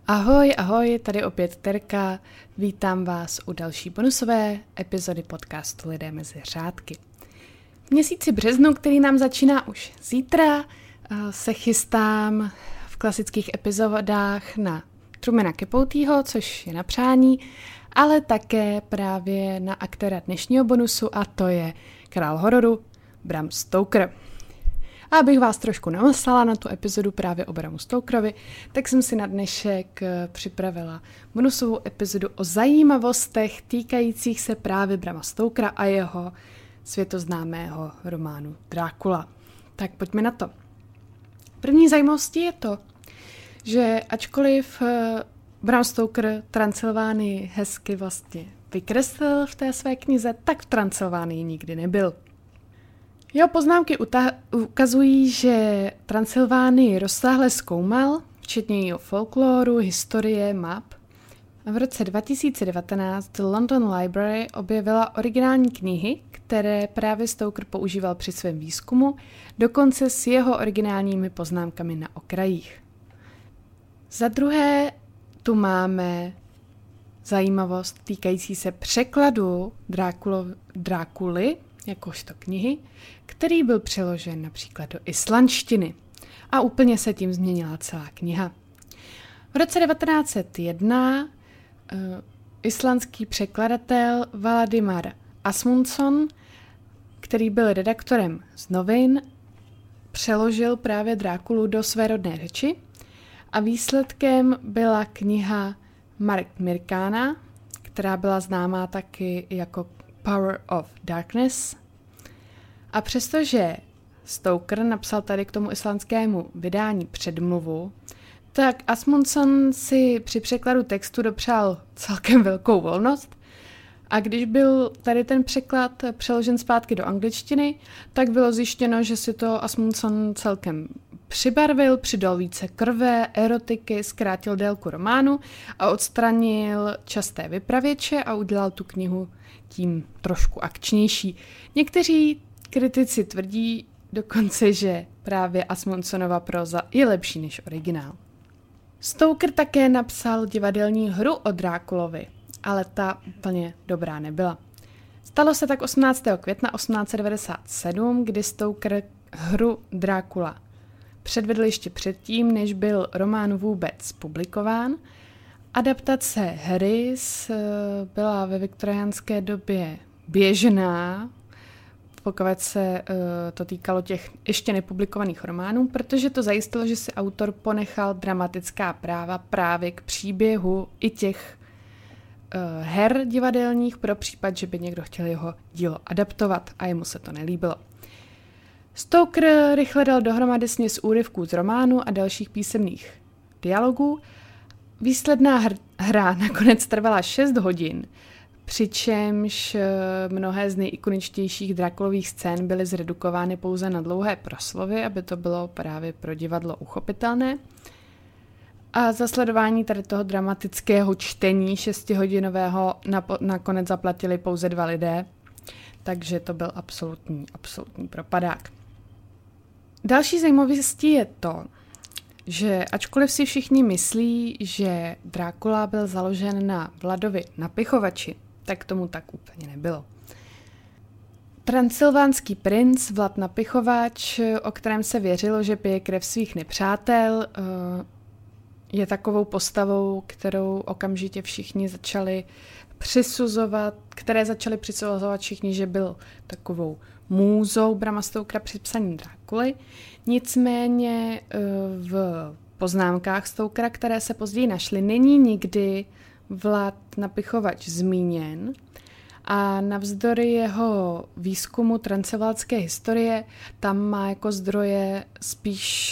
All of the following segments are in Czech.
Ahoj, tady opět Terka, vítám vás u další bonusové epizody podcastu Lidé mezi řádky. V měsíci březnu, který nám začíná už zítra, se chystám v klasických epizodách na Trumana Capotieho, což je na přání, ale také právě na aktéra dnešního bonusu a to je král hororu Bram Stoker. A abych vás trošku namlsala na tu epizodu právě o Bramu Stokerovi, tak jsem si na dnešek připravila bonusovou epizodu o zajímavostech týkajících se právě Brama Stokera a jeho světoznámého románu Drákula. Tak pojďme na to. První zajímavostí je to, že ačkoliv Bram Stoker Transylvánii hezky vlastně vykreslil v té své knize, tak v Transylvánii nikdy nebyl. Jeho poznámky ukazují, že Transylvánii rozsáhle zkoumal, včetně jeho folkloru, historie, map. A v roce 2019 The London Library objevila originální knihy, které právě Stoker používal při svém výzkumu, dokonce s jeho originálními poznámkami na okrajích. Za druhé tu máme zajímavost týkající se překladu Drákuly, jakožto knihy, který byl přeložen například do islandštiny. A úplně se tím změnila celá kniha. V roce 1901 islandský překladatel Valdimar Asmundsson, který byl redaktorem z novin, přeložil právě Drákulu do své rodné řeči a výsledkem byla kniha Mark Mirkána, která byla známá taky jako Power of Darkness. A přestože Stoker napsal tady k tomu islandskému vydání předmluvu, tak Asmundsson si při překladu textu dopřál celkem velkou volnost a když byl tady ten překlad přeložen zpátky do angličtiny, tak bylo zjištěno, že si to Asmundsson celkem přibarvil, přidal více krve, erotiky, zkrátil délku románu a odstranil časté vypravěče a udělal tu knihu tím trošku akčnější. Někteří kritici tvrdí dokonce, že právě Asmundsonova próza je lepší než originál. Stoker také napsal divadelní hru o Drákulovi, ale ta úplně dobrá nebyla. Stalo se tak 18. května 1897, kdy Stoker hru Drákula předvedl ještě předtím, než byl román vůbec publikován. Adaptace hry byla ve viktoriánské době běžná, pokud se to týkalo těch ještě nepublikovaných románů, protože to zajistilo, že si autor ponechal dramatická práva právě k příběhu i těch her divadelních pro případ, že by někdo chtěl jeho dílo adaptovat a jemu se to nelíbilo. Stoker rychle dal dohromady směs úryvků z románu a dalších písemných dialogů. Výsledná hra nakonec trvala 6 hodin, přičemž mnohé z nejikoničtějších Drákulových scén byly zredukovány pouze na dlouhé proslovy, aby to bylo právě pro divadlo uchopitelné. A za sledování tady toho dramatického čtení 6hodinového nakonec zaplatili pouze 2 lidé, takže to byl absolutní propadák. Další zajímavostí je to, že ačkoliv si všichni myslí, že Drákula byl založen na Vladovi Napychovači, tak tomu tak úplně nebylo. Transylvánský princ Vlad Napychovač, o kterém se věřilo, že pije krev svých nepřátel, je takovou postavou, kterou okamžitě všichni začali přisuzovat všichni, že byl takovou můzou Brama Stokera při psaní Drákuly. Nicméně v poznámkách Stokera, které se později našly, není nikdy Vlad Napychovač zmíněn a navzdory jeho výzkumu transylvánské historie tam má jako zdroje spíš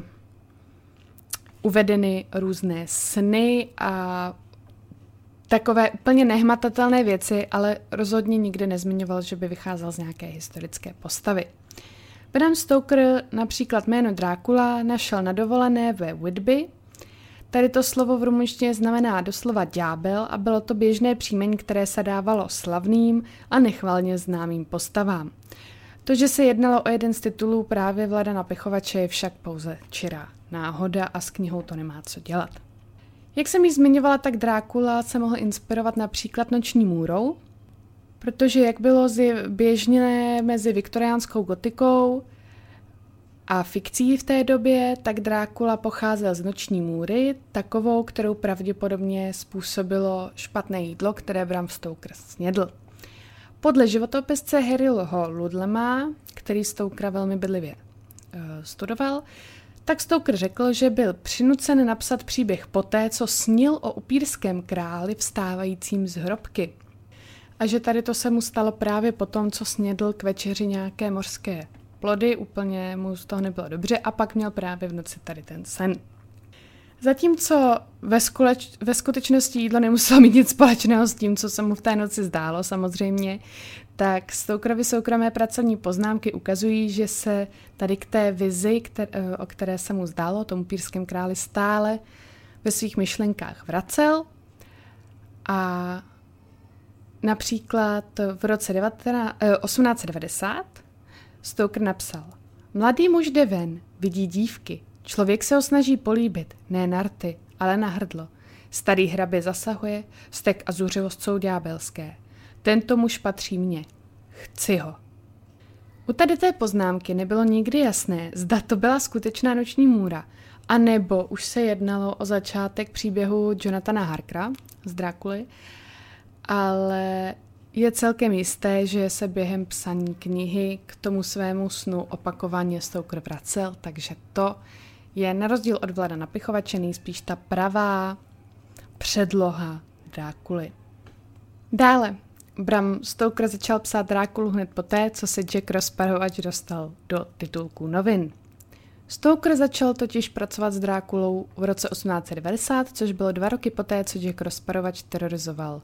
uvedeny různé sny a takové úplně nehmatatelné věci, ale rozhodně nikdy nezmiňoval, že by vycházel z nějaké historické postavy. Bram Stoker například jméno Drákula našel na dovolené ve Whitby. Tady to slovo v rumunštině znamená doslova ďábel a bylo to běžné příjmení, které se dávalo slavným a nechvalně známým postavám. To, že se jednalo o jeden z titulů právě Vlada Napychovače, je však pouze čirá náhoda a s knihou to nemá co dělat. Jak jsem ji zmiňovala, tak Drákula se mohl inspirovat například Noční můrou, protože jak bylo běžné mezi viktoriánskou gotikou a fikcí v té době, tak Drákula pocházel z Noční můry, takovou, kterou pravděpodobně způsobilo špatné jídlo, které Bram Stoker snědl. Podle životopisce Harryho Ludlama, který Stokera velmi bedlivě studoval, tak Stoker řekl, že byl přinucen napsat příběh poté, co snil o upírském králi vstávajícím z hrobky. A že tady to se mu stalo právě po tom, co snědl k večeři nějaké mořské plody, úplně mu z toho nebylo dobře a pak měl právě v noci tady ten sen. Zatímco ve skutečnosti jídlo nemuselo mít nic společného s tím, co se mu v té noci zdálo samozřejmě, tak Stokerovy soukromé pracovní poznámky ukazují, že se tady k té vizi, o které se mu zdálo, tomu upírském králi, stále ve svých myšlenkách vracel. A například v roce 1890 Stoker napsal: Mladý muž jde ven, vidí dívky. Člověk se ho snaží políbit, ne na rty, ale na hrdlo. Starý hrabě zasahuje, vztek a zuřivost jsou ďábelské. Tento muž patří mně. Chci ho. U tady té poznámky nebylo nikdy jasné, zda to byla skutečná noční můra, anebo už se jednalo o začátek příběhu Jonathana Harkera z Drákuly, ale je celkem jisté, že se během psaní knihy k tomu svému snu opakovaně Stoker vracel, takže to je na rozdíl od Vlada Napichovače nejspíš ta pravá předloha Drákuly. Dále Bram Stoker začal psát Drákulu hned poté, co se Jack Rozparovač dostal do titulků novin. Stoker začal totiž pracovat s Drákulou v roce 1890, což bylo 2 roky poté, co Jack Rozparovač terorizoval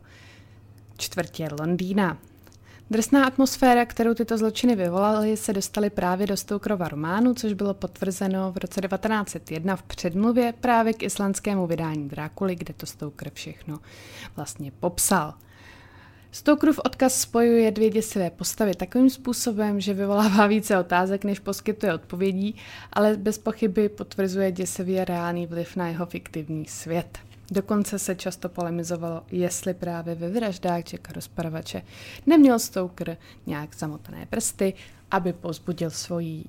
čtvrtě Londýna. Drsná atmosféra, kterou tyto zločiny vyvolaly, se dostaly právě do Stokerova románu, což bylo potvrzeno v roce 1901 v předmluvě právě k islandskému vydání Drákuly, kde to Stoker všechno vlastně popsal. Stokerův odkaz spojuje 2 děsivé postavy takovým způsobem, že vyvolává více otázek, než poskytuje odpovědí, ale bez pochyby potvrzuje děsivě reálný vliv na jeho fiktivní svět. Dokonce se často polemizovalo, jestli právě ve vraždách Jacka Rozparovače neměl Stoker nějak zamotané prsty, aby povzbudil svoji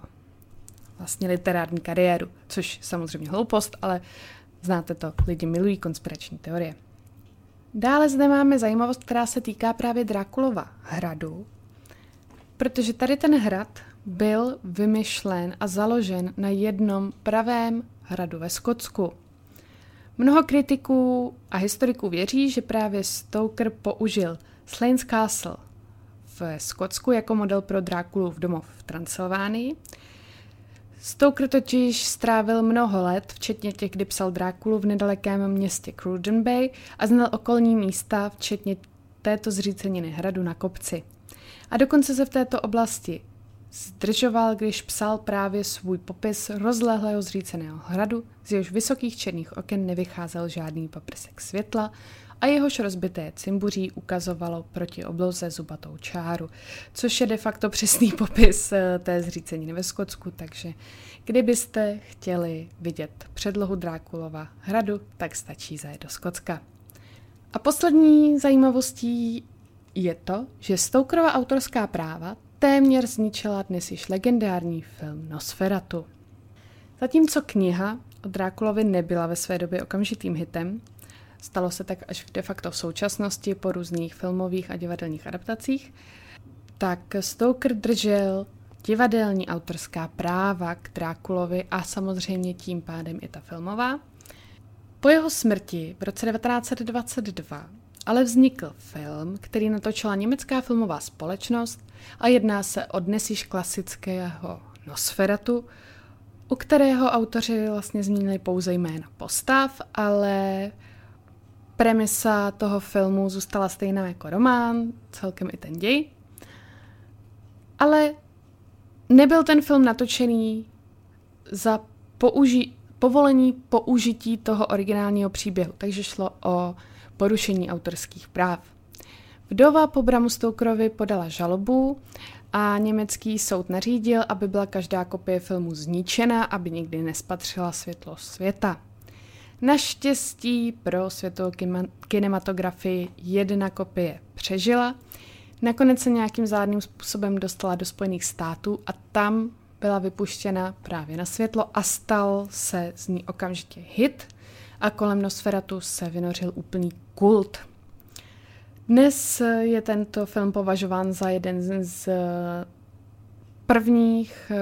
vlastně literární kariéru, což samozřejmě hloupost, ale znáte to, lidi milují konspirační teorie. Dále zde máme zajímavost, která se týká právě Drákulova hradu, protože tady ten hrad byl vymyšlen a založen na jednom pravém hradu ve Skotsku. Mnoho kritiků a historiků věří, že právě Stoker použil Slains Castle v Skotsku jako model pro Drákulův domov v Transylvánii. Stoker totiž strávil mnoho let, včetně těch, kdy psal Drákulu v nedalekém městě Cruden Bay a znal okolní místa, včetně této zříceniny hradu na kopci. A dokonce se v této oblasti zdržoval, když psal právě svůj popis rozlehlého zříceného hradu, z jehož vysokých černých oken nevycházel žádný paprsek světla a jehož rozbité cimbuří ukazovalo proti obloze zubatou čáru, což je de facto přesný popis té zříceniny ve Skotsku, takže kdybyste chtěli vidět předlohu Drákulova hradu, tak stačí zajet do Skotska. A poslední zajímavostí je to, že Stokerova autorská práva téměř zničila dnes již legendární film Nosferatu. Zatímco kniha o Drákulovi nebyla ve své době okamžitým hitem, stalo se tak až de facto v současnosti po různých filmových a divadelních adaptacích, tak Stoker držel divadelní autorská práva k Drákulovi a samozřejmě tím pádem i ta filmová. Po jeho smrti v roce 1922 ale vznikl film, který natočila německá filmová společnost a jedná se o dnes již klasického Nosferatu, u kterého autoři vlastně zmínili pouze jména postav, ale premisa toho filmu zůstala stejná jako román, celkem i ten děj. Ale nebyl ten film natočený za povolení použití toho originálního příběhu, takže šlo o porušení autorských práv. Vdova po Bramu Stokerovi podala žalobu a německý soud nařídil, aby byla každá kopie filmu zničena, aby nikdy nespatřila světlo světa. Naštěstí pro světovou kinematografii jedna kopie přežila. Nakonec se nějakým záhadným způsobem dostala do Spojených států a tam byla vypuštěna právě na světlo a stal se z ní okamžitě hit a kolem Nosferatu se vynořil úplný kult. Dnes je tento film považován za jeden z prvních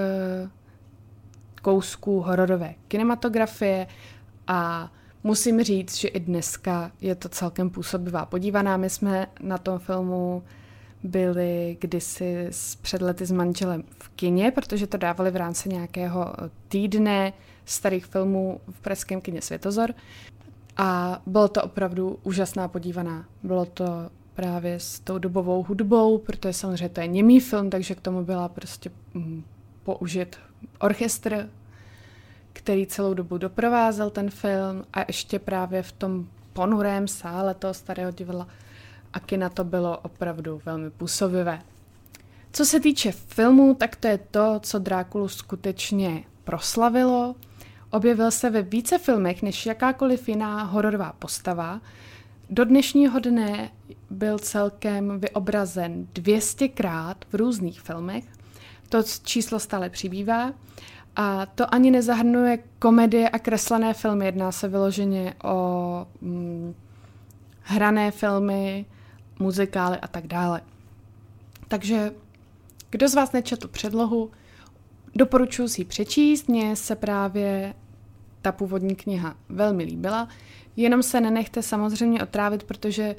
kousků hororové kinematografie a musím říct, že i dneska je to celkem působivá podívaná. My jsme na tom filmu byli kdysi před lety s manželem v kině, protože to dávali v rámci nějakého týdne starých filmů v pražském kině Světozor. A bylo to opravdu úžasná podívaná. Bylo to právě s tou dobovou hudbou, protože samozřejmě to je němý film, takže k tomu byla prostě použit orchestr, který celou dobu doprovázel ten film a ještě právě v tom ponurém sále toho starého divadla a kina to bylo opravdu velmi působivé. Co se týče filmu, tak to je to, co Drákulu skutečně proslavilo. Objevil se ve více filmech než jakákoliv jiná hororová postava. Do dnešního dne byl celkem vyobrazen 200krát v různých filmech. To číslo stále přibývá. A to ani nezahrnuje komedie a kreslené filmy. Jedná se vyloženě o hrané filmy, muzikály a tak dále. Takže kdo z vás nečetl předlohu, doporučuji si ji přečíst. Mně se právě ta původní kniha velmi líbila. Jenom se nenechte samozřejmě otrávit, protože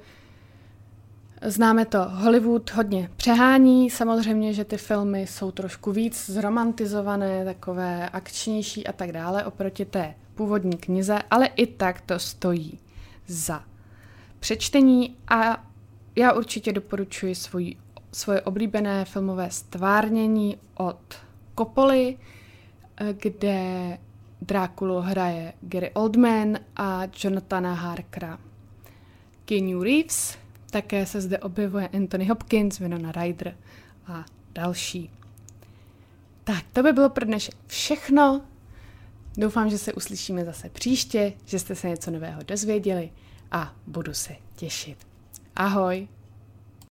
známe to, Hollywood hodně přehání. Samozřejmě, že ty filmy jsou trošku víc zromantizované, takové akčnější a tak dále oproti té původní knize, ale i tak to stojí za přečtení a já určitě doporučuji svoje oblíbené filmové stvárnění od Coppoly, kde Drákulu hraje Gary Oldman a Jonathana Harkera Keanu Reeves. Také se zde objevuje Anthony Hopkins, Winona Ryder a další. Tak, to by bylo pro dnešek všechno. Doufám, že se uslyšíme zase příště, že jste se něco nového dozvěděli a budu se těšit. Ahoj!